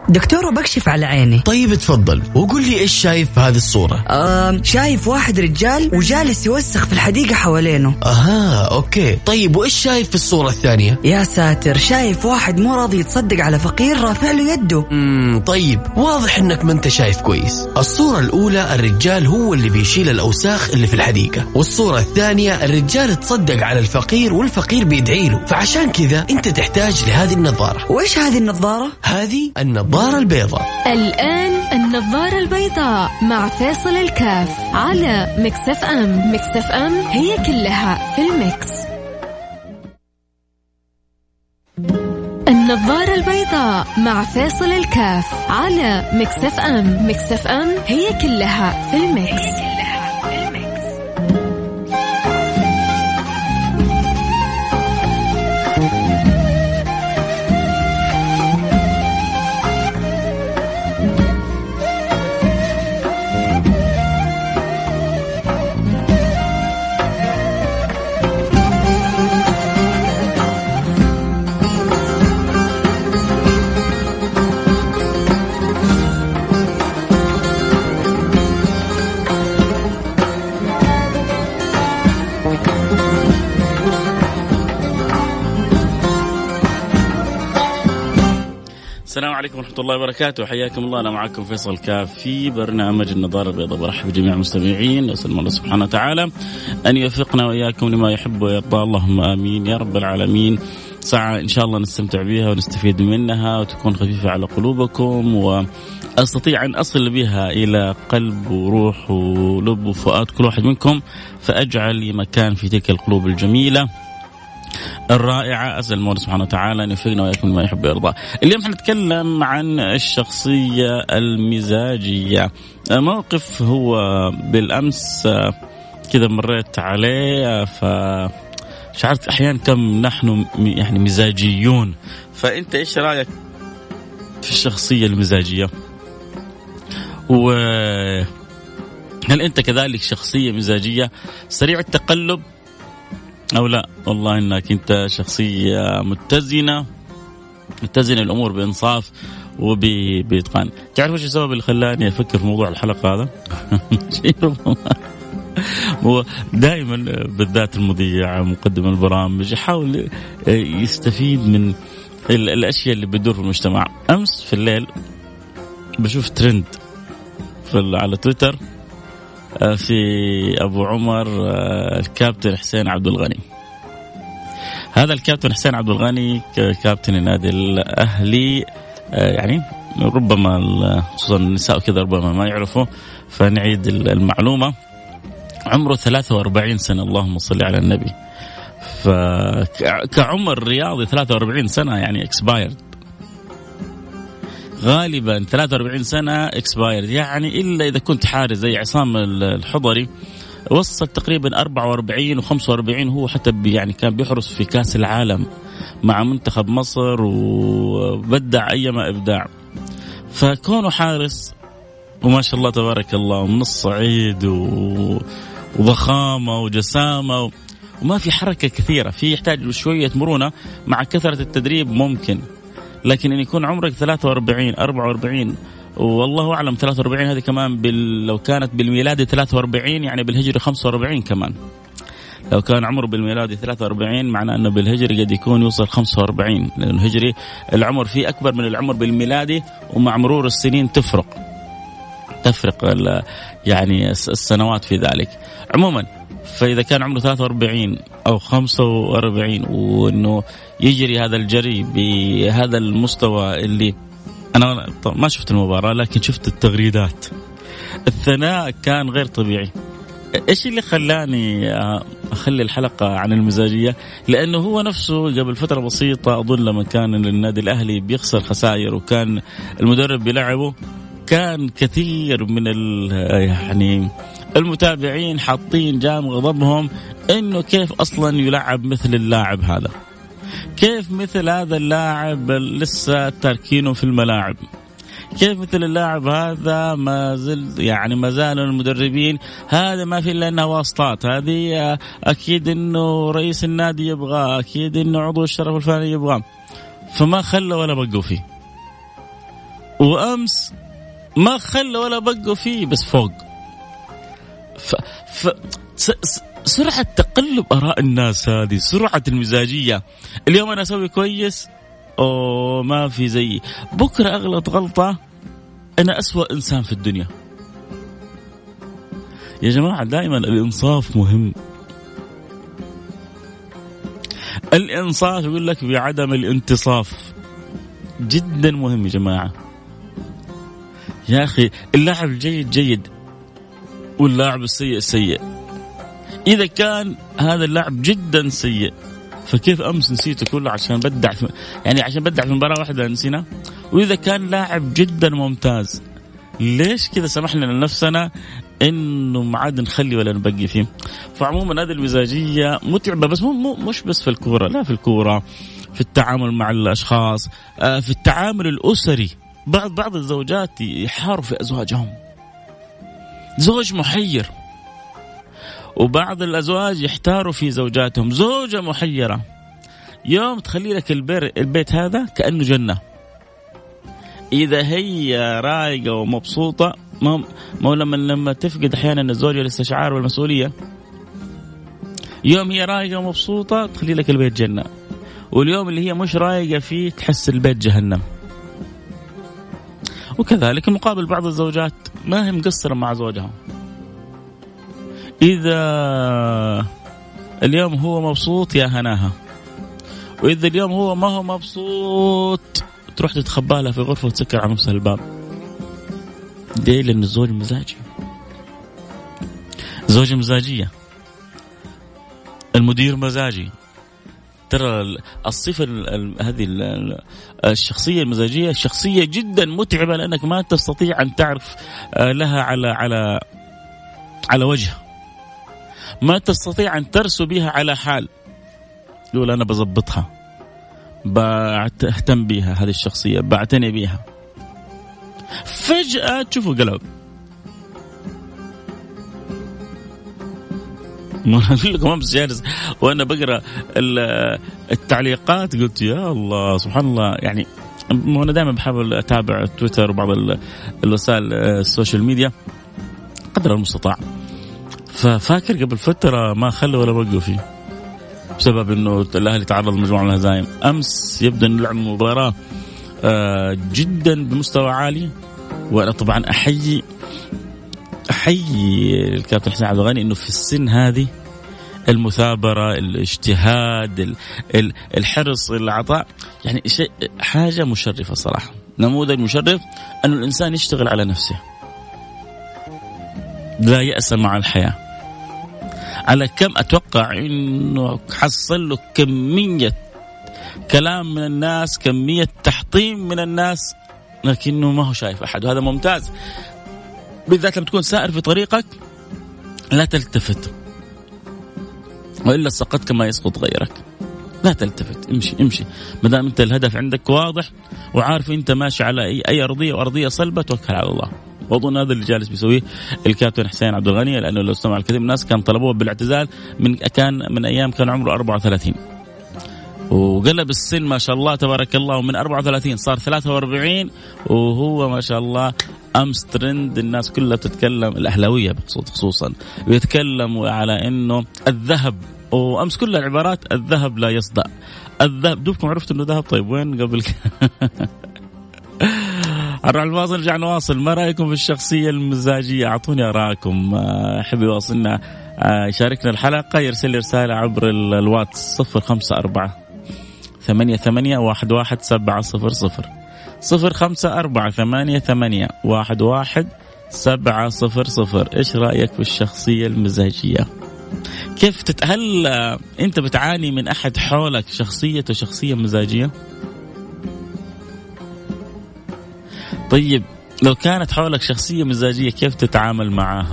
دكتورة بكشف على عيني. طيب تفضل وقول لي إيش شايف في هذه الصورة؟ شايف واحد رجال وجالس يوسخ في الحديقة حوالينه. أوكي. طيب وإيش شايف في الصورة الثانية؟ يا ساتر، شايف واحد مو راضي يتصدق على فقير رافع له يده. طيب واضح إنك ما أنت شايف كويس. الصورة الأولى الرجال هو اللي بيشيل الأوساخ اللي في الحديقة، والصورة الثانية الرجال تصدق على الفقير والفقير بيدعي له، فعشان كذا أنت تحتاج لهذه النظارة. وإيش هذه النظارة؟ هذه النظارة البيضاء. الآن النظارة البيضاء مع فيصل الكاف على ميكس اف ام. ميكس اف ام هي كلها في الميكس. النظارة البيضاء مع فيصل الكاف على ميكس اف ام. ميكس اف ام هي كلها في الميكس. السلام عليكم ورحمة الله وبركاته، حياكم الله. أنا معكم فيصل كاف في برنامج النظارة البيضاء. برحب بجميع المستمعين، أسأل الله سبحانه وتعالى أن يوفقنا وإياكم لما يحب ويرضى، اللهم آمين يا رب العالمين. ساعة إن شاء الله نستمتع بها ونستفيد منها وتكون خفيفة على قلوبكم، وأستطيع أن أصل بها إلى قلب وروح ولب وفؤاد كل واحد منكم، فأجعل مكان في تلك القلوب الجميلة الرائعة. أسأل الله سبحانه وتعالى أن يوفقنا وإياكم ما يحب ويرضى. اليوم حنتكلم عن الشخصية المزاجية. موقف هو بالأمس كذا مريت عليه، فشعرت أحيانا كم نحن يعني مزاجيون. فأنت إيش رأيك في الشخصية المزاجية؟ وهل أنت كذلك شخصية مزاجية سريع التقلب أو لا؟ والله إنك أنت شخصية متزنة الأمور بإنصاف وبإتقان. تعرف إيش السبب اللي خلاني أفكر في موضوع الحلقة هذا؟ هو دائما بالذات المذيع مقدم البرامج يحاول يستفيد من الأشياء اللي بتدور في المجتمع. أمس في الليل بشوف ترند على تويتر في أبو عمر الكابتن حسين عبد الغني. هذا الكابتن حسين عبد الغني كابتن النادي الأهلي، يعني ربما خصوصا النساء كذا ربما ما يعرفوا، فنعيد المعلومة. عمره 43 سنة، اللهم صل على النبي. فكعمر رياضي 43 سنة يعني expired، غالبا 43 سنة اكسبايرد، يعني إلا إذا كنت حارس زي عصام الحضري وصل تقريبا 44 و45. هو حتى يعني كان بيحرس في كأس العالم مع منتخب مصر وبدع أيما إبداع. فكونه حارس وما شاء الله تبارك الله من الصعيد وضخامة وجسامة وما في حركة كثيرة، في يحتاج شوية مرونة مع كثرة التدريب ممكن. لكن إن يكون عمرك 43 44 والله أعلم 43 هذه كمان لو كانت بالميلادي 43 يعني بالهجري 45 كمان. لو كان عمره بالميلادي 43 معناه أنه بالهجري قد يكون يوصل 45، لأن الهجري العمر فيه أكبر من العمر بالميلادي، ومع مرور السنين تفرق يعني السنوات في ذلك. عموما فإذا كان عمره 43 أو 45 وإنه يجري هذا الجري بهذا المستوى، اللي أنا ما شفت المباراة لكن شفت التغريدات، الثناء كان غير طبيعي. إيش اللي خلاني أخلي الحلقة عن المزاجية؟ لأنه هو نفسه قبل فترة بسيطة أظن لما كان النادي الأهلي بيخسر خسائر وكان المدرب بيلعبه، كان كثير من يعني المتابعين حاطين جام غضبهم إنه كيف أصلا يلعب مثل اللاعب هذا، كيف مثل هذا اللاعب لسه تاركينه في الملاعب، كيف مثل اللاعب هذا ما زالوا المدربين هذا ما في إلا أنها واسطات، هذه أكيد إنه رئيس النادي يبغاه، أكيد إنه عضو الشرف الفلاني يبغاه، فما خلوا ولا بقوا فيه. وأمس ما خلى ولا بقوا فيه بس فوق. سرعة تقلب آراء الناس هذه، سرعة المزاجية. اليوم أنا أسوي كويس ما في زيي، بكرة أغلط غلطة أنا أسوأ إنسان في الدنيا. يا جماعة دائما الإنصاف مهم. الإنصاف يقول لك بعدم الانتصاف جدا مهم يا جماعة. يا أخي اللاعب الجيد جيد واللاعب السيء سيء. إذا كان هذا اللاعب جدا سيء فكيف أمس نسيته كله عشان بدع عشان بدع في مباراة واحدة نسينا؟ وإذا كان لاعب جدا ممتاز ليش كذا سمحنا لنفسنا إنه ما عاد نخلي ولا نبقي فيه؟ فعموما هذه المزاجية متعبة، بس مش بس في الكورة، لا في الكورة، في التعامل مع الأشخاص، في التعامل الأسري. بعض الزوجات يحاروا في أزواجهم، زوج محير، وبعض الأزواج يحتاروا في زوجاتهم، زوجة محيرة. يوم تخلي لك البيت هذا كأنه جنة. إذا هي رايقة ومبسوطة، ما لما تفقد أحيانا الزوجة الاستشعار والمسؤولية، يوم هي رايقة ومبسوطة تخلي لك البيت جنة، واليوم اللي هي مش رايقة فيه تحس البيت جهنم. وكذلك مقابل بعض الزوجات ما هي مقصرة مع زوجها، إذا اليوم هو مبسوط يا هناها، وإذا اليوم هو ما هو مبسوط تروح تتخبى لها في غرفة وتسكر على نفسها الباب. ليه؟ لأن الزوج مزاجي، زوجة مزاجية، المدير مزاجي. ترى الصفة هذه الشخصية المزاجية شخصية جدا متعبة، لأنك ما تستطيع أن تعرف لها على وجه، ما تستطيع أن ترسو بها على حال. يقول أنا بضبطها، بأهتم بها، هذه الشخصية بعتني بها، فجأة تشوفوا قلب. ما أقول لكم أمس جالس وأنا بقرأ التعليقات قلت يا الله سبحان الله. يعني أنا دائما بحاول أتابع تويتر وبعض الوسائل السوشيال ميديا قدر المستطاع. ففاكر قبل فترة ما خلوا ولا بقوا فيه بسبب إنه الأهلي تعرض لمجموعة من الهزائم. أمس يبدو أن لعب مباراة جدا بمستوى عالي، وأنا طبعا أحيي الكابتن حسين عبد الغني إنه في السن هذه المثابرة، الاجتهاد، الحرص، العطاء، يعني شيء حاجة مشرفة صراحة، نموذج مشرف أن الإنسان يشتغل على نفسه، لا يأس مع الحياة. على كم أتوقع إنه حصل له كمية كلام من الناس، كمية تحطيم من الناس، لكنه ما هو شايف أحد، وهذا ممتاز. بالذات لما تكون سائر في طريقك لا تلتفت، وإلا سقط كما يسقط غيرك. لا تلتفت، امشي ما دام انت الهدف عندك واضح وعارف انت ماشي على اي ارضيه وارضيه صلبه، توكل على الله. واظن هذا اللي جالس بيسويه الكابتن حسين عبد الغني، لانه لو استمع الكثير من الناس كان طلبوه بالاعتزال من ايام كان عمره 34، وقلب السن ما شاء الله تبارك الله، ومن 34 صار 43، وهو ما شاء الله أمس ترند الناس كلها بتتكلم، الأهلاوية خصوصا بيتكلموا على إنه الذهب، وأمس كل العبارات الذهب لا يصدأ. الذهب دوبكم عرفتوا إنه ذهب؟ طيب وين قبل نروح الفاصل نرجع نواصل. ما رأيكم في الشخصية المزاجية؟ أعطوني آراءكم. حبي يواصلنا يشاركنا الحلقة، يرسل رسالة عبر الواتس 054-88-11-700 054-88-11-700. إيش رأيك في الشخصية المزاجية؟ كيف هل أنت بتعاني من أحد حولك شخصيته شخصية مزاجية؟ طيب لو كانت حولك شخصية مزاجية كيف تتعامل معها؟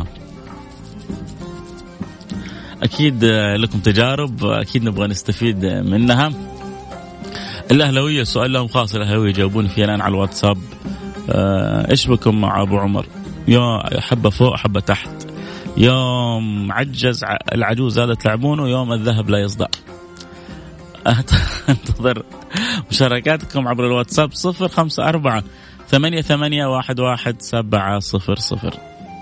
أكيد لكم تجارب، أكيد نبغى نستفيد منها. الأهلاوية سؤال لهم خاص، الأهلاوية يجاوبون فيه الآن على الواتساب. إيش بكم مع أبو عمر؟ يا حبة فوق حبة تحت، يوم عجز العجوز هذا تلعبونه، يوم الذهب لا يصدأ. انتظر مشاركاتكم عبر الواتساب 0548811700.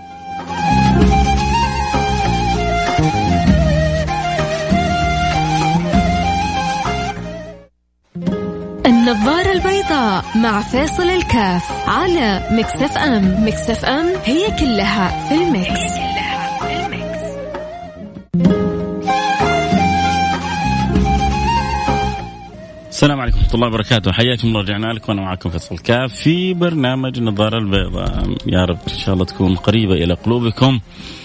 النظارة البيضاء مع فيصل الكاف على ميكس اف ام. ميكس اف ام هي كلها في الميكس. السلام عليكم ورحمة الله وبركاته، حياكم الله، رجعنا لكم وأنا معكم فيصل كاف في برنامج النظارة البيضاء. يا رب إن شاء الله تكون قريبة إلى قلوبكم.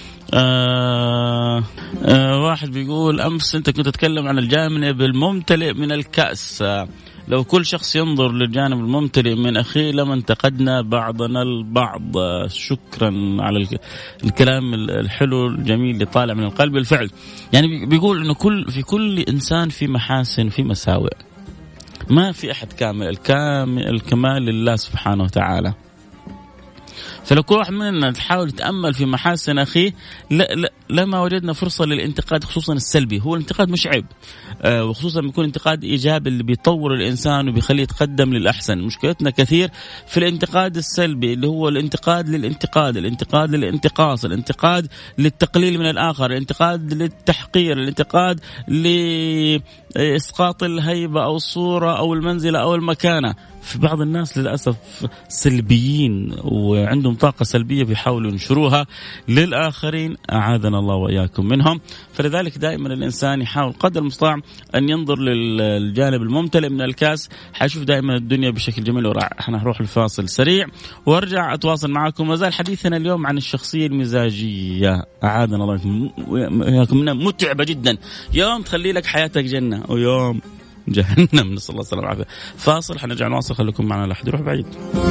واحد بيقول أمس أنت كنت تتكلم عن الجانب الممتلئ من الكأس، لو كل شخص ينظر للجانب الممتلئ من أخيه لما انتقدنا بعضنا البعض. شكرا على الكلام الحلو الجميل اللي طالع من القلب. بالفعل يعني بيقول إنه في كل إنسان في محاسن وفي مساوئ، ما في أحد كامل، الكمال لله سبحانه وتعالى. فلو كل واحد مننا تحاول تأمل في محاسن أخيه لما وجدنا فرصة للانتقاد، خصوصا السلبي. هو الانتقاد مش عيب، وخصوصا بيكون انتقاد إيجابي اللي بيطور الإنسان وبيخليه يتقدم للأحسن. مشكلتنا كثير في الانتقاد السلبي اللي هو الانتقاد للانتقاد، الانتقاد للانتقاص، الانتقاد للتقليل من الآخر، الانتقاد للتحقير، الانتقاد لإسقاط الهيبة أو الصورة أو المنزلة أو المكانة. في بعض الناس للأسف سلبيين وعندهم طاقة سلبية بيحاولوا ينشروها للآخرين، أعاذنا الله وإياكم منهم. فلذلك دائما الإنسان يحاول قدر المستطاع أن ينظر للجانب الممتلئ من الكاس، حيشوف دائما الدنيا بشكل جميل. احنا هنروح الفاصل سريع وارجع أتواصل معكم. ما زال حديثنا اليوم عن الشخصية المزاجية، أعاذنا الله وإياكم منها، متعبة جدا. يوم تخلي لك حياتك جنة ويوم جهنم، نسأل الله السلامة والعافية. فاصل، حنرجع نواصل، خليكم معنا لا أحد يروح بعيد.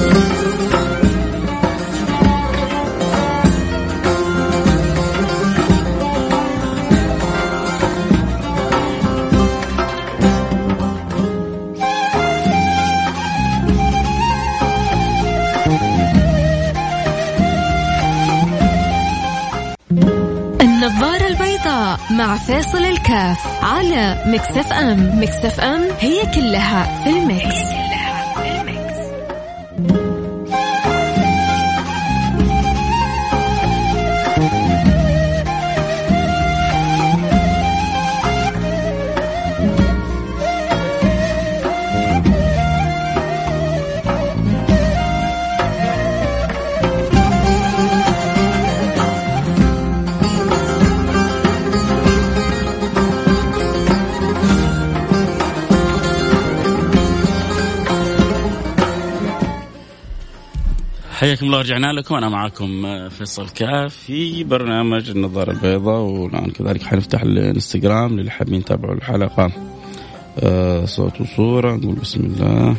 النظارة البيضاء مع فيصل الكاف على ميكس اف ام. ميكس اف ام هي كلها في الميكس. حياكم الله، رجعنا لكم. أنا معكم فيصل كاف في برنامج النظارة البيضاء، والآن كذلك حنفتح الانستغرام للي حابين يتابعوا الحلقة صوت وصورة. نقول بسم الله.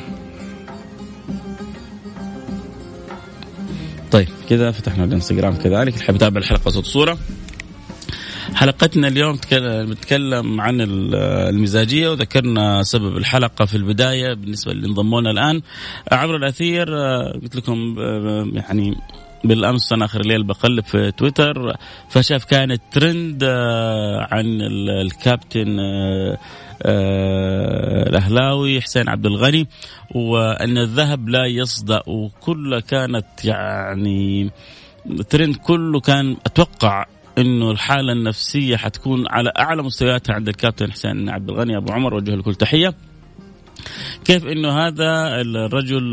طيب كذا فتحنا الانستغرام كذلك، اللي حاب يتابع الحلقة صوت وصورة. حلقتنا اليوم بنتكلم عن المزاجية، وذكرنا سبب الحلقة في البداية. بالنسبة اللي انضمونا الآن عبر الأثير، قلت لكم يعني بالأمس أنا آخر الليل بقلب في تويتر، فشاف كانت ترند عن الكابتن الأهلاوي حسين عبد الغني، وأن الذهب لا يصدأ، وكلها كانت يعني ترند. كله كان أتوقع إنه الحالة النفسية حتكون على أعلى مستوياتها عند الكابتن حسين عبد الغني أبو عمر، وجه له كل تحية. كيف إنه هذا الرجل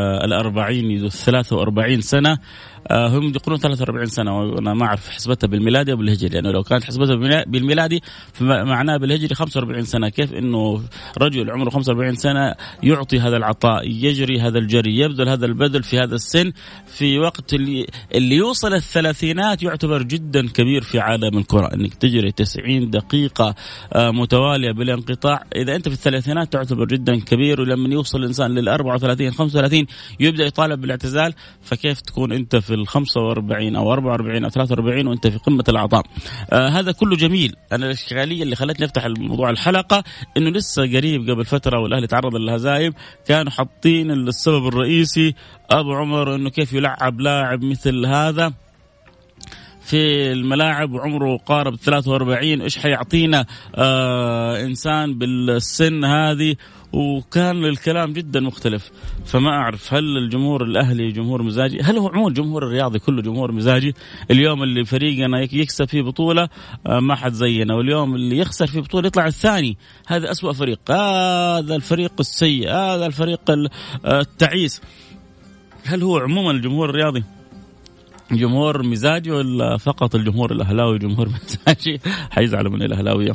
43 سنة، هم يقولون 43 سنة، وأنا ما أعرف حسبتها بالميلادي أو بالهجري، لأنه لو كانت حسبتها بالميلادي فمعناه بالهجري 45 سنة. كيف إنه رجل عمره 45 سنة يعطي هذا العطاء، يجري هذا الجري، يبذل هذا البذل في هذا السن، في وقت اللي يوصل الثلاثينات يعتبر جدا كبير في عالم الكرة. إنك تجري 90 دقيقة متوالية بلا انقطاع، إذا أنت في الثلاثينات تعتبر جدا كبير. ولما يوصل الإنسان لل 34 35 يبدأ يطالب بالاعتزال، فكيف تكون أنت في ال 45 أو 44 أو 43 وأنت في قمة العطاء؟ هذا كله جميل. أنا الإشكالية اللي خلتني أفتح الموضوع الحلقة إنه لسه قريب قبل فترة والأهلي تعرض للهزائم، كانوا حاطين السبب الرئيسي أبو عمر، إنه كيف يلعب لاعب مثل هذا. في الملاعب وعمره قارب 43، إيش حيعطينا إنسان بالسن هذه؟ وكان الكلام جدا مختلف. فما أعرف هل الجمهور الأهلي جمهور مزاجي؟ هل هو عموم الجمهور الرياضي كله جمهور مزاجي؟ اليوم اللي فريقنا يكسب في بطولة ما حد زينا، واليوم اللي يخسر في بطولة يطلع الثاني، هذا أسوأ فريق، هذا الفريق السيء، هذا الفريق التعيس. هل هو عموما الجمهور الرياضي جمهور مزاجي ولا فقط الجمهور الأهلاوي جمهور مزاجي؟ حيزعلوا من الأهلاوية.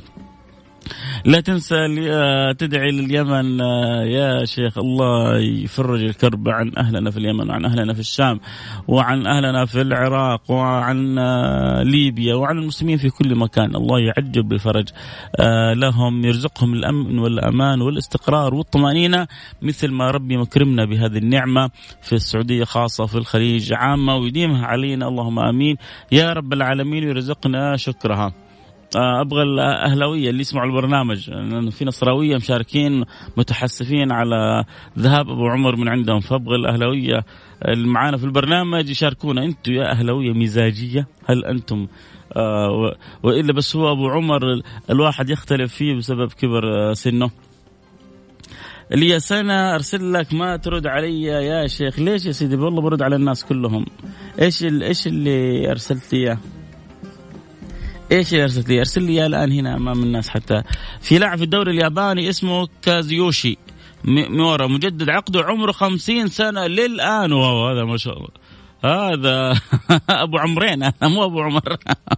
لا تنسى تدعي لليمن يا شيخ، الله يفرج الكرب عن أهلنا في اليمن وعن أهلنا في الشام وعن أهلنا في العراق وعن ليبيا وعن المسلمين في كل مكان. الله يعجب بالفرج لهم، يرزقهم الأمن والأمان والاستقرار والطمأنينة مثل ما ربي مكرمنا بهذه النعمة في السعودية خاصة، في الخليج عامة، ويديمها علينا اللهم آمين يا رب العالمين، ويرزقنا شكرها. أبغى الأهلاوية اللي يسمعوا البرنامج، لأنه في نصراوية مشاركين متحسفين على ذهاب أبو عمر من عندهم، فأبغى الأهلاوية اللي معانا في البرنامج يشاركونا. أنتم يا أهلاوية مزاجية، هل أنتم وإلا بس هو أبو عمر الواحد يختلف فيه بسبب كبر سنه؟ لي سنة أرسل لك ما ترد علي يا شيخ. ليش يا سيدي؟ والله برد على الناس كلهم. إيش اللي أرسلت لي؟ ايش ارسلت لي؟ ارسل لي الان هنا امام الناس. حتى في لاعب في الدوري الياباني اسمه كازيوشي ميورا، مجدد عقده، عمره 50 سنة للآن. واو، هذا ما شاء الله، هذا ابو عمرين، هذا مو ابو عمر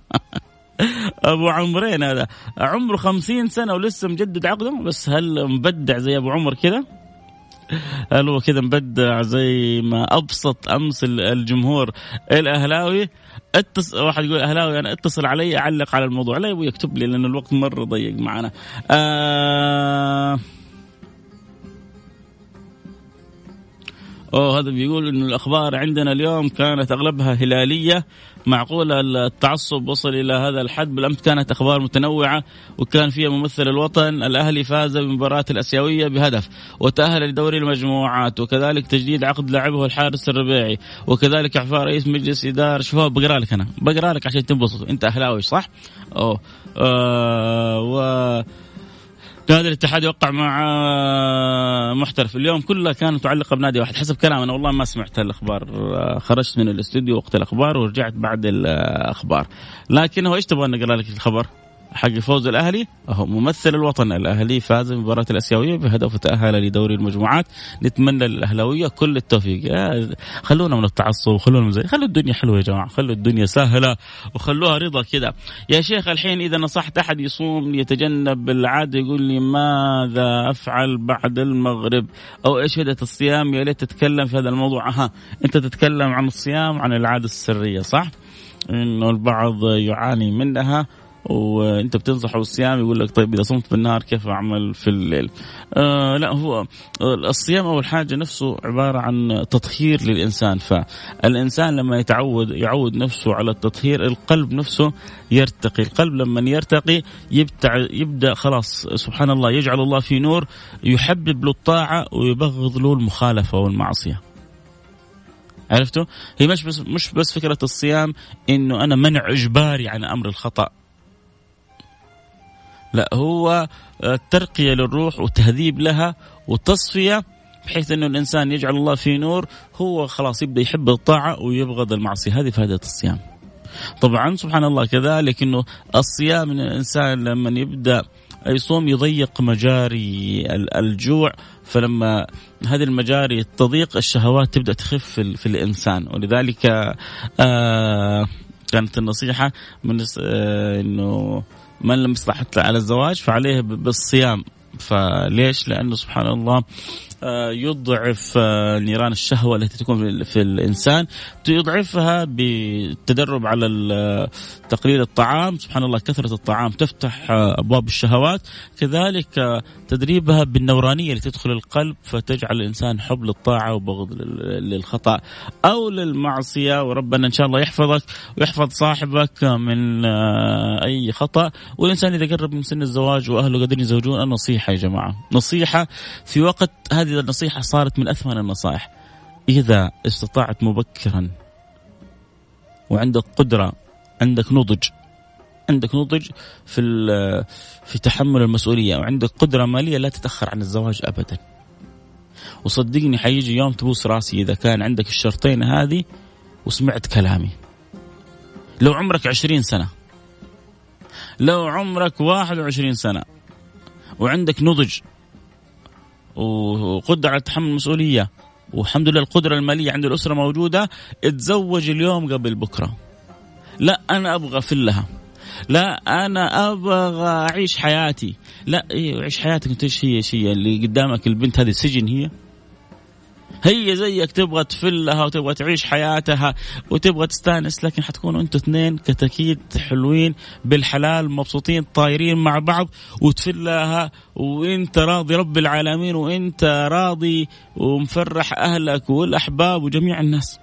ابو عمرين، هذا عمره 50 سنة ولسه مجدد عقده. بس هل مبدع زي ابو عمر كذا؟ هل هو كذا مبدع زي ما أبسط أمس الجمهور الأهلاوي؟ واحد يقول أهلاوي أنا اتصل علي أعلق على الموضوع، لا يبغى يكتب لي لأن الوقت مرة ضيق معنا. هذا بيقول إنه الأخبار عندنا اليوم كانت أغلبها هلالية، معقولة التعصب وصل إلى هذا الحد؟ بالأمس كانت أخبار متنوعة وكان فيها ممثل الوطن. الأهلي فاز بمباراة الأسيوية بهدف وتأهل لدوري المجموعات، وكذلك تجديد عقد لاعبه الحارس الربيعي، وكذلك إعفاء رئيس مجلس إدارة. شوفوا بقرأ لك، أنا بقرأ لك عشان تنبسط، أنت أهلاوي صح؟ هذا الاتحاد يوقع مع محترف. اليوم كلها كانت تعلق بنادي واحد حسب كلام أنا، والله ما سمعت الأخبار، خرجت من الاستوديو وقت الأخبار ورجعت بعد الأخبار. لكن هو إيش تبغى نقرأ لك الخبر حق فوز الأهلي؟ ممثل الوطن الأهلي فاز بمباراة الأسيوية بهدف وتأهل لدوري المجموعات. نتمنى للأهلاوية كل التوفيق. خلونا من التعصب، خلوا الدنيا حلوة يا جماعة، خلوا الدنيا سهلة وخلوها رضا كده. يا شيخ الحين إذا نصحت أحد يصوم يتجنب العادة، يقول لي ماذا أفعل بعد المغرب أو إيش بدأ الصيام؟ يا ليت تتكلم في هذا الموضوع. أنت تتكلم عن الصيام، عن العادة السرية، صح؟ إنه البعض يعاني منها وانت بتنصحه الصيام، يقول لك طيب اذا صمت بالنهار كيف اعمل في الليل؟ لا، هو الصيام اول حاجه نفسه عباره عن تطهير للانسان. فالانسان لما يعود نفسه على التطهير، القلب نفسه يرتقي. القلب لما يرتقي يبدا خلاص سبحان الله يجعل الله في نور، يحبب له الطاعه ويبغض له المخالفه والمعصيه. عرفتوا؟ هي مش بس فكره الصيام انه انا منع اجباري عن امر الخطأ، لا، هو ترقية للروح وتهذيب لها وتصفية، بحيث أنه الإنسان يجعل الله في نور، هو خلاص يبدأ يحب الطاعة ويبغض المعصية. هذه فائدة الصيام. طبعا سبحان الله كذلك أنه الصيام من الإنسان لما يبدأ يصوم يضيق مجاري الجوع، فلما هذه المجاري تضيق الشهوات تبدأ تخف في الإنسان. ولذلك كانت النصيحة من أنه من لم يصلح على الزواج فعليه بالصيام. فليش؟ لأنه سبحان الله يضعف نيران الشهوة التي تكون في الإنسان، يضعفها بالتدرب على تقليل الطعام. سبحان الله كثرة الطعام تفتح أبواب الشهوات، كذلك تدريبها بالنورانية اللي تدخل القلب فتجعل الإنسان حب للطاعة وبغض للخطأ أو للمعصية. وربنا إن شاء الله يحفظك ويحفظ صاحبك من أي خطأ. والإنسان إذا قرب من سن الزواج وأهله قادرين يزوجون، النصيحة يا جماعة، نصيحة في وقت هذه النصيحة صارت من أثمن النصائح. إذا استطعت مبكرا وعندك قدرة عندك نضج، عندك نضج في تحمل المسؤولية، وعندك قدرة مالية لا تتأخر عن الزواج أبدا. وصدقني حيجي يوم تبوس راسي إذا كان عندك الشرطين هذه وسمعت كلامي. لو عمرك 20 سنة، لو عمرك 21 سنة وعندك نضج وقدرة على تحمل المسؤولية، والحمد لله القدرة المالية عند الأسرة موجودة، اتزوج اليوم قبل بكرة. لا أنا أبغى فلها، لا أنا أبغى أعيش حياتي. لا إيه، عيش حياتك أنت. إيش هي شيء اللي قدامك البنت هذه سجن؟ هي زيك تبغى تفلها وتبغى تعيش حياتها وتبغى تستانس، لكن حتكونوا أنتوا اثنين كتاكيد حلوين بالحلال مبسوطين طايرين مع بعض، وتفلها وانت راضي رب العالمين، وانت راضي ومفرح أهلك والأحباب وجميع الناس.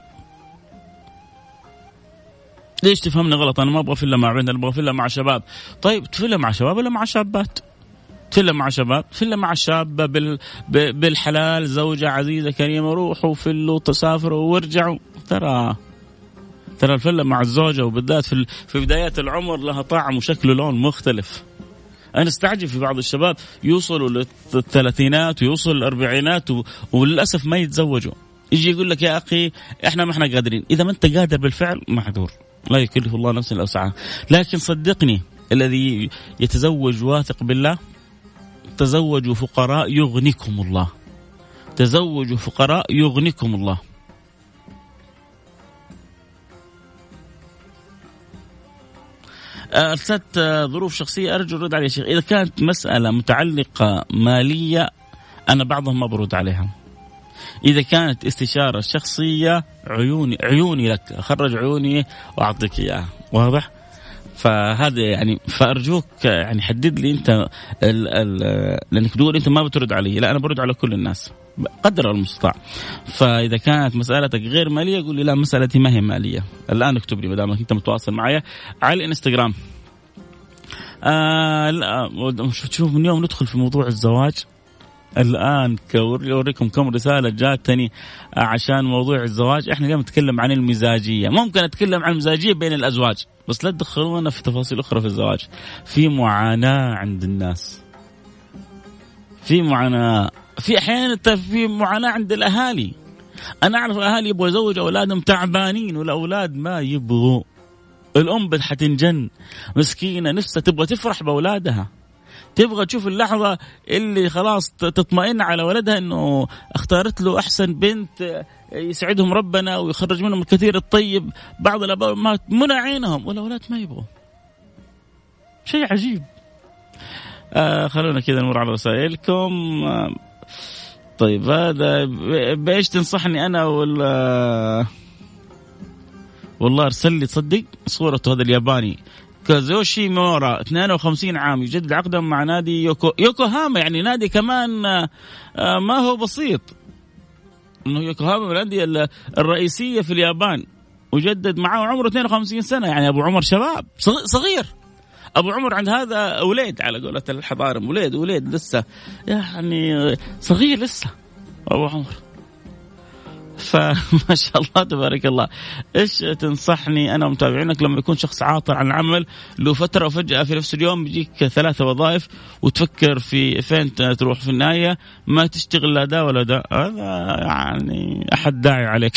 ليش تفهمني غلط؟ أنا ما أبغى فيلا مع بنت، أنا أبغى فيلا مع شباب. طيب تفيلا مع شباب ولا مع شابات؟ تفيلا مع شباب، فيلا مع شابة بالحلال، زوجة عزيزة كريمة، روحوا فيلوا تسافروا وارجعوا. ترى الفيلا مع الزوجة وبالذات في بدايات العمر لها طعم وشكل ولون مختلف. أنا استعجب في بعض الشباب يوصلوا للثلاثينات ويوصلوا للأربعينات وللأسف ما يتزوجوا. يجي يقول لك يا أخي إحنا ما إحنا قادرين. إذا ما أنت قادر بالفعل معذور، لا يكلف الله نفسا إلا وسعها. لكن صدقني الذي يتزوج واثق بالله، تزوجوا فقراء يغنيكم الله، تزوجوا فقراء يغنيكم الله. أرسلت ظروف شخصية أرجو الرد عليها شيخ. إذا كانت مسألة متعلقة مالية أنا بعضهم ما برد عليها. إذا كانت استشارة شخصية عيوني لك، أخرج عيوني وأعطيك إياها، واضح؟ فهذا يعني فأرجوك يعني حدد لي أنت لأنك تقول أنت ما بترد علي. لا أنا برد على كل الناس قدر المستطاع. فإذا كانت مسألتك غير مالية قول لي لا مسألتي ما هي مالية. الآن اكتب لي بدل ما أنت متواصل معي على الانستغرام. لا شوف من يوم ندخل في موضوع الزواج الآن أوريكم كم رسالة جاتني عشان موضوع الزواج. إحنا اليوم نتكلم عن المزاجية. ممكن أتكلم عن المزاجية بين الأزواج بس لا تدخلونا في تفاصيل أخرى في الزواج. في معاناة عند الناس، في معاناة، في أحيانا في معاناة عند الأهالي. أنا أعرف أهالي يبغوا يزوجوا أولادهم تعبانين والأولاد ما يبغوا. الأم حتنجن مسكينة نفسها تبغى تفرح بأولادها، تبغى تشوف اللحظة اللي خلاص تطمئن على ولدها إنه اختارت له أحسن بنت يسعدهم ربنا ويخرج منهم الكثير الطيب. بعض الآباء منع عينهم والأولاد ما يبغوا. شيء عجيب. خلونا كذا نمر على رسائلكم. طيب هذا بإيش تنصحني أنا والله أرسل لي تصدق صورته هذا الياباني كازوشي مورا 52 عام يجدد عقدا مع نادي يوكوهاما. يعني نادي كمان ما هو بسيط، انه يوكوهاما من الأندية الرئيسية في اليابان، وجدد معه عمره 52 سنة. يعني أبو عمر شباب صغير، أبو عمر عند هذا وليد على قولة الحضارم، وليد لسه يعني صغير لسه أبو عمر. فما شاء الله تبارك الله. إيش تنصحني أنا ومتابعينك لما يكون شخص عاطل عن العمل له فترة وفجأة في نفس اليوم بيجيك 3 وظائف وتفكر في فين تروح في النهاية ما تشتغل لا ده ولا ده؟ هذا يعني أحد داعي عليك.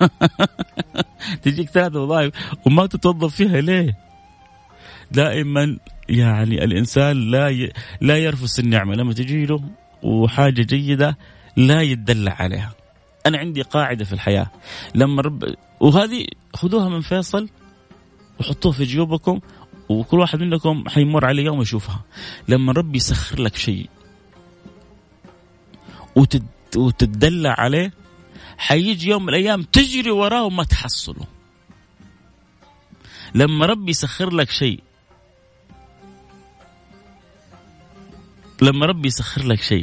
تجيك 3 وظائف وما تتوظف فيها ليه؟ دائما يعني الإنسان لا يرفس النعمة لما تجي له وحاجة جيدة لا يتدلع عليها. أنا عندي قاعدة في الحياة لما وهذه خذوها من فيصل وحطوها في جيوبكم، وكل واحد منكم حيمر عليه يوم يشوفها. لما ربي يسخر لك شيء وتدلع عليه حيجي يوم من الأيام تجري وراه وما تحصله. لما ربي يسخر لك شيء، لما ربي يسخر لك شيء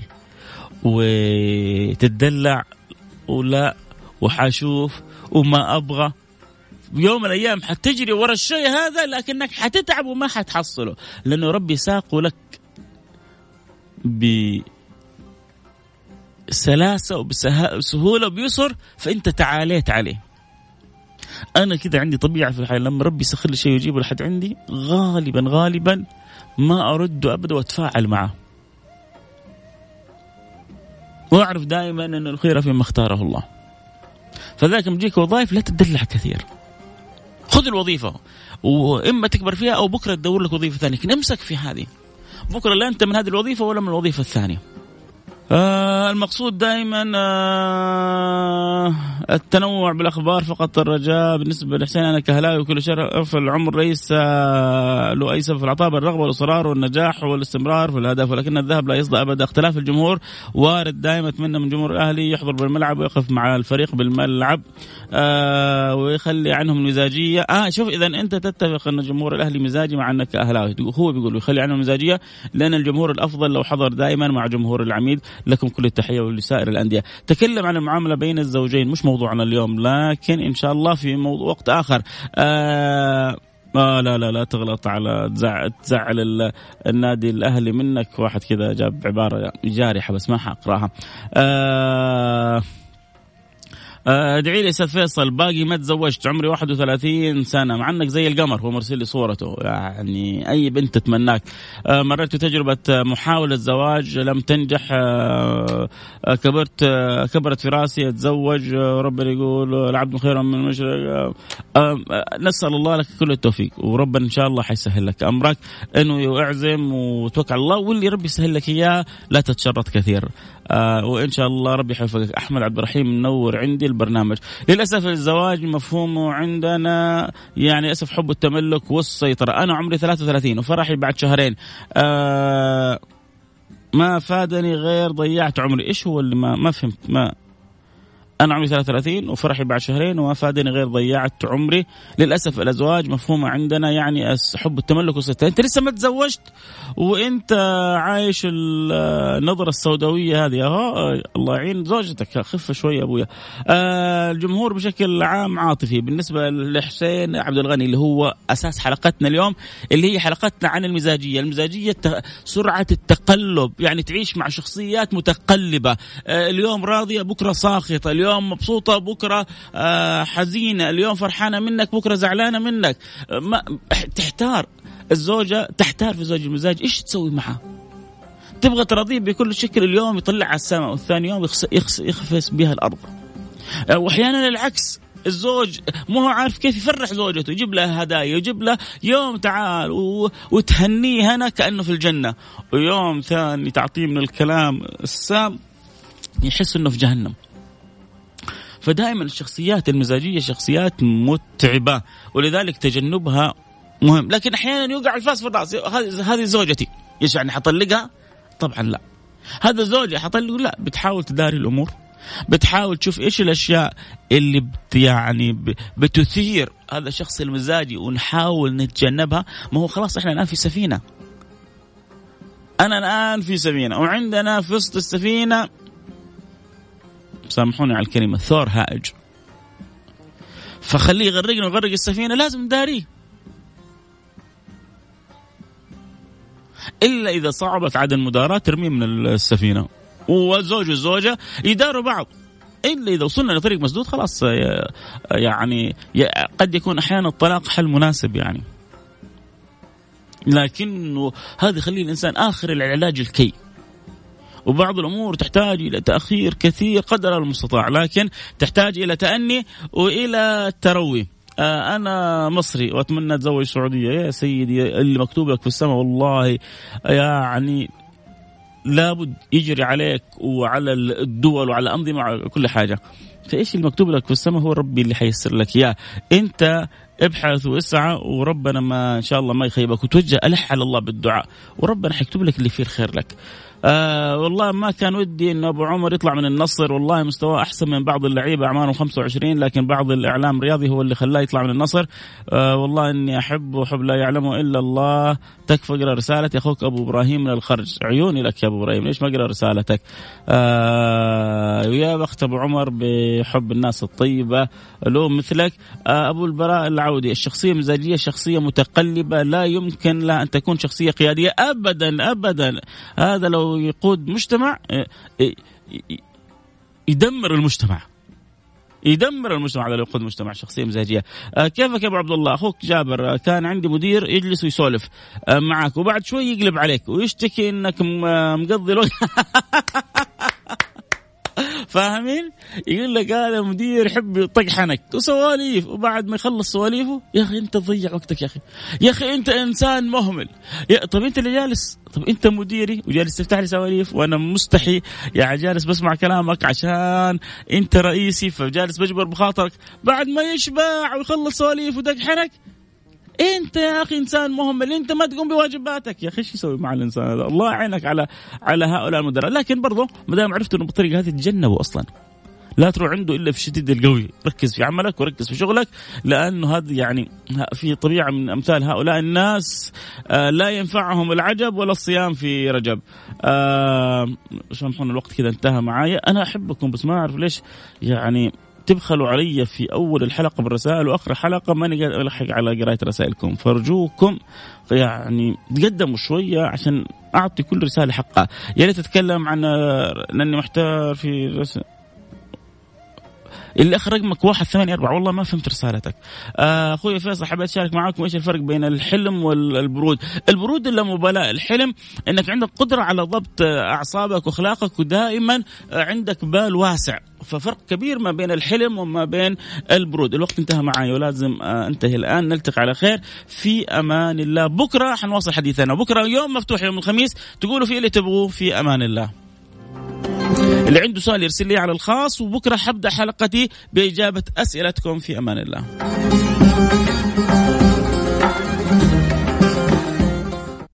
وتدلع ولا وحاشوف وما أبغى، يوم من الأيام حتجري ورا الشيء هذا لكنك حتتعب وما حتحصله، لأنه ربي ساقه لك بسلاسة وبسهولة وبيسر، فأنت تعاليت عليه. أنا كده عندي طبيعة في الحياة، لما ربي يسخر لي شيء ويجيبه لحد عندي غالبا ما أرده أبدا وأتفاعل معه، وأعرف دائما أن الخير فيما اختاره الله. فذاك مجيك وظائف لا تدلع كثير، خذ الوظيفة وإما تكبر فيها أو بكرة تدور لك وظيفة ثانية، لكن امسك في هذه، بكرة لا أنت من هذه الوظيفة ولا من الوظيفة الثانية. المقصود دائما التنوع بالأخبار فقط الرجاء. بالنسبة لحسين أنا كهلاوي وكل شرف العمر ليس له أي سبب في العطاء، الرغبة والإصرار والنجاح والاستمرار في الهدف، ولكن الذهب لا يصدى أبدا. اختلاف الجمهور وارد دائما، أتمنى من جمهور الأهلي يحضر بالملعب ويقف مع الفريق بالملعب ويخلي عنهم المزاجية. شوف إذا أنت تتفق أن جمهور الأهلي مزاجي مع أنك أهلاوي، هو بيقول يخلي عنهم المزاجية، لأن الجمهور الأفضل لو حضر دائما مع جمهور العميد. لكم كل التحية ولسائر الأندية. تكلم عن المعاملة بين الزوجين، مش موضوعنا اليوم، لكن إن شاء الله في وقت آخر. لا تغلط على تزعل النادي الأهلي منك. واحد كذا جاب عبارة جارحة بس ما حقراها. ادعي لي استاذ فيصل، باقي ما تزوجت، عمري 31 سنة، مع انك زي القمر. هو مرسل لي صورته، يعني اي بنت تتمناك. مررت تجربة محاولة زواج لم تنجح، كبرت في راسي اتزوج، ربنا يقول العبد خير من المشرق. نسأل الله لك كل التوفيق، وربنا ان شاء الله حيسهل لك امرك، انه اعزم وتوكل على الله، واللي ربي يسهل لك اياه لا تتشرط كثير، وإن شاء الله ربي يحفظك. أحمد عبد الرحيم منور عندي البرنامج. للأسف الزواج مفهومه عندنا يعني أسف حب التملك والسيطرة. أنا عمري 33 وفرحي بعد شهرين، ما فادني غير ضيعت عمري. إيش هو اللي ما فهمت؟ أنا عمري 33 وفرحي بعد شهرين وما فادني غير ضيعت عمري. للأسف الأزواج مفهومة عندنا يعني حب التملك والسيطرة. أنت لسه ما تزوجت وأنت عايش النظرة السوداوية هذه. الله يعين زوجتك، خف شوية أبويا. الجمهور بشكل عام عاطفي. بالنسبة لحسين عبد الغني اللي هو أساس حلقتنا اليوم، اللي هي حلقتنا عن المزاجية سرعة التقلب، يعني تعيش مع شخصيات متقلبة، اليوم راضية بكرة ساخطة، اليوم مبسوطة بكرة حزينة، اليوم فرحانة منك بكرة زعلانة منك. تحتار الزوجة، تحتار في زوج المزاج، إيش تسوي معها؟ تبغى ترضيه بكل شكل، اليوم يطلع على السماء والثاني يوم يخفس بها الأرض. وأحيانا العكس، الزوج مو هو عارف كيف يفرح زوجته، يجيب لها هدايا، يجيب لها يوم تعال وتهنيه هنا كأنه في الجنة، ويوم ثاني تعطيه من الكلام السام يحس أنه في جهنم. فدائما الشخصيات المزاجية شخصيات متعبة، ولذلك تجنبها مهم. لكن أحيانا يوقع الفاس في الرأس، هذه زوجتي، إيش يعني حطلقها؟ طبعا لا. هذا زوجي حطلقه؟ لا. بتحاول تداري الأمور، بتحاول تشوف إيش الأشياء اللي بتثير هذا الشخص المزاجي ونحاول نتجنبها. ما هو خلاص إحنا الآن في سفينة، أنا الآن في سفينة، وعندنا في وسط السفينة، سامحوني على الكلمة، ثور هائج، فخليه يغرقنا ويغرق السفينة، لازم نداريه. إلا إذا صعبت عدم المداراة ترميه من السفينة، والزوج والزوجة يداروا بعض. إلا إذا وصلنا لطريق مسدود خلاص، يعني قد يكون أحيانا الطلاق حل مناسب يعني، لكنه هذا يخلي الإنسان آخر العلاج الكي. وبعض الأمور تحتاج إلى تأخير كثير قدر المستطاع، لكن تحتاج إلى تأني وإلى تروي. أنا مصري وأتمنى أتزوج سعودية. يا سيدي اللي مكتوب لك في السماء والله يعني لابد يجري عليك وعلى الدول وعلى الأنظمة وعلى كل حاجة. فإيش اللي مكتوب لك في السماء هو ربي اللي حيسر لك إياه. أنت ابحث واسعى، وربنا ما إن شاء الله ما يخيبك، وتوجه ألح على الله بالدعاء، وربنا حيكتب لك اللي فيه الخير لك. والله ما كان ودي إنه أبو عمر يطلع من النصر، والله مستواه أحسن من بعض اللعيبة أعمارهم 25، لكن بعض الإعلام الرياضي هو اللي خلاه يطلع من النصر. والله إني أحبه وحب لا يعلمه إلا الله. تكفى اقرأ رسالة أخوك أبو إبراهيم من الخرج. عيوني لك يا أبو إبراهيم، ليش ما أقرأ رسالتك؟ ويا بخت أبو عمر بحب الناس الطيبة له مثلك. أبو البراء العودي، الشخصية المزاجية شخصية متقلبة، لا يمكن لها أن تكون شخصية قيادية أبدا أبدا. هذا لو يقود مجتمع يدمر المجتمع، يدمر المجتمع هذا لو يقود مجتمع شخصية مزاجية. كيفك يا أبو عبد الله؟ أخوك جابر كان عندي مدير يجلس ويسولف معك وبعد شوي يقلب عليك ويشتكي إنك مقضي الوقت فاهمين؟ يقول لك هذا مدير يحب يطقحنك وسواليف، وبعد ما يخلص سواليفه يا أخي أنت تضيع وقتك، يا أخي أنت إنسان مهمل. طب أنت اللي جالس، طب أنت مديري وجالس تفتح لي سواليف وأنا مستحي يعني جالس بسمع كلامك عشان أنت رئيسي، فجالس بجبر بخاطرك. بعد ما يشبع ويخلص سواليف ودقحنك انت يا اخي انسان مهمل، انت ما تقوم بواجباتك. يا اخي ايش يسوي مع الانسان هذا؟ الله يعينك على هؤلاء المدراء. لكن برضه ما دام عرفت انه بالطريقه هذه تجنبوا اصلا، لا تروح عنده الا في الشديد القوي. ركز في عملك وركز في شغلك، لانه هذا يعني في طبيعه من امثال هؤلاء الناس لا ينفعهم العجب ولا الصيام في رجب. سامحونا الوقت كذا انتهى معايا. انا احبكم بس ما اعرف ليش يعني تبخلوا علي في أول الحلقة بالرسائل وآخر الحلقة ما نقدر ألحق على قراءة رسائلكم. فرجوكم يعني تقدموا شوية عشان أعطي كل رسالة حقها. يا ريت أتكلم عن لأني محتار في رسالة اللي آخر رقمك 184. والله ما فهمت رسالتك. أخوي فيصل حبيت أشارك معاكم إيش الفرق بين الحلم والبرود. البرود اللامبالاة، الحلم إنك عندك قدرة على ضبط أعصابك وأخلاقك ودائما عندك بال واسع. ففرق كبير ما بين الحلم وما بين البرود. الوقت انتهى معي ولازم انتهي الآن. نلتقي على خير في أمان الله. بكرة حنواصل حديثنا. بكرة يوم مفتوح، يوم الخميس تقولوا فيه اللي تبغوه. في أمان الله. اللي عنده سؤال يرسل لي على الخاص، وبكرة حبدأ حلقتي بإجابة أسئلتكم. في أمان الله.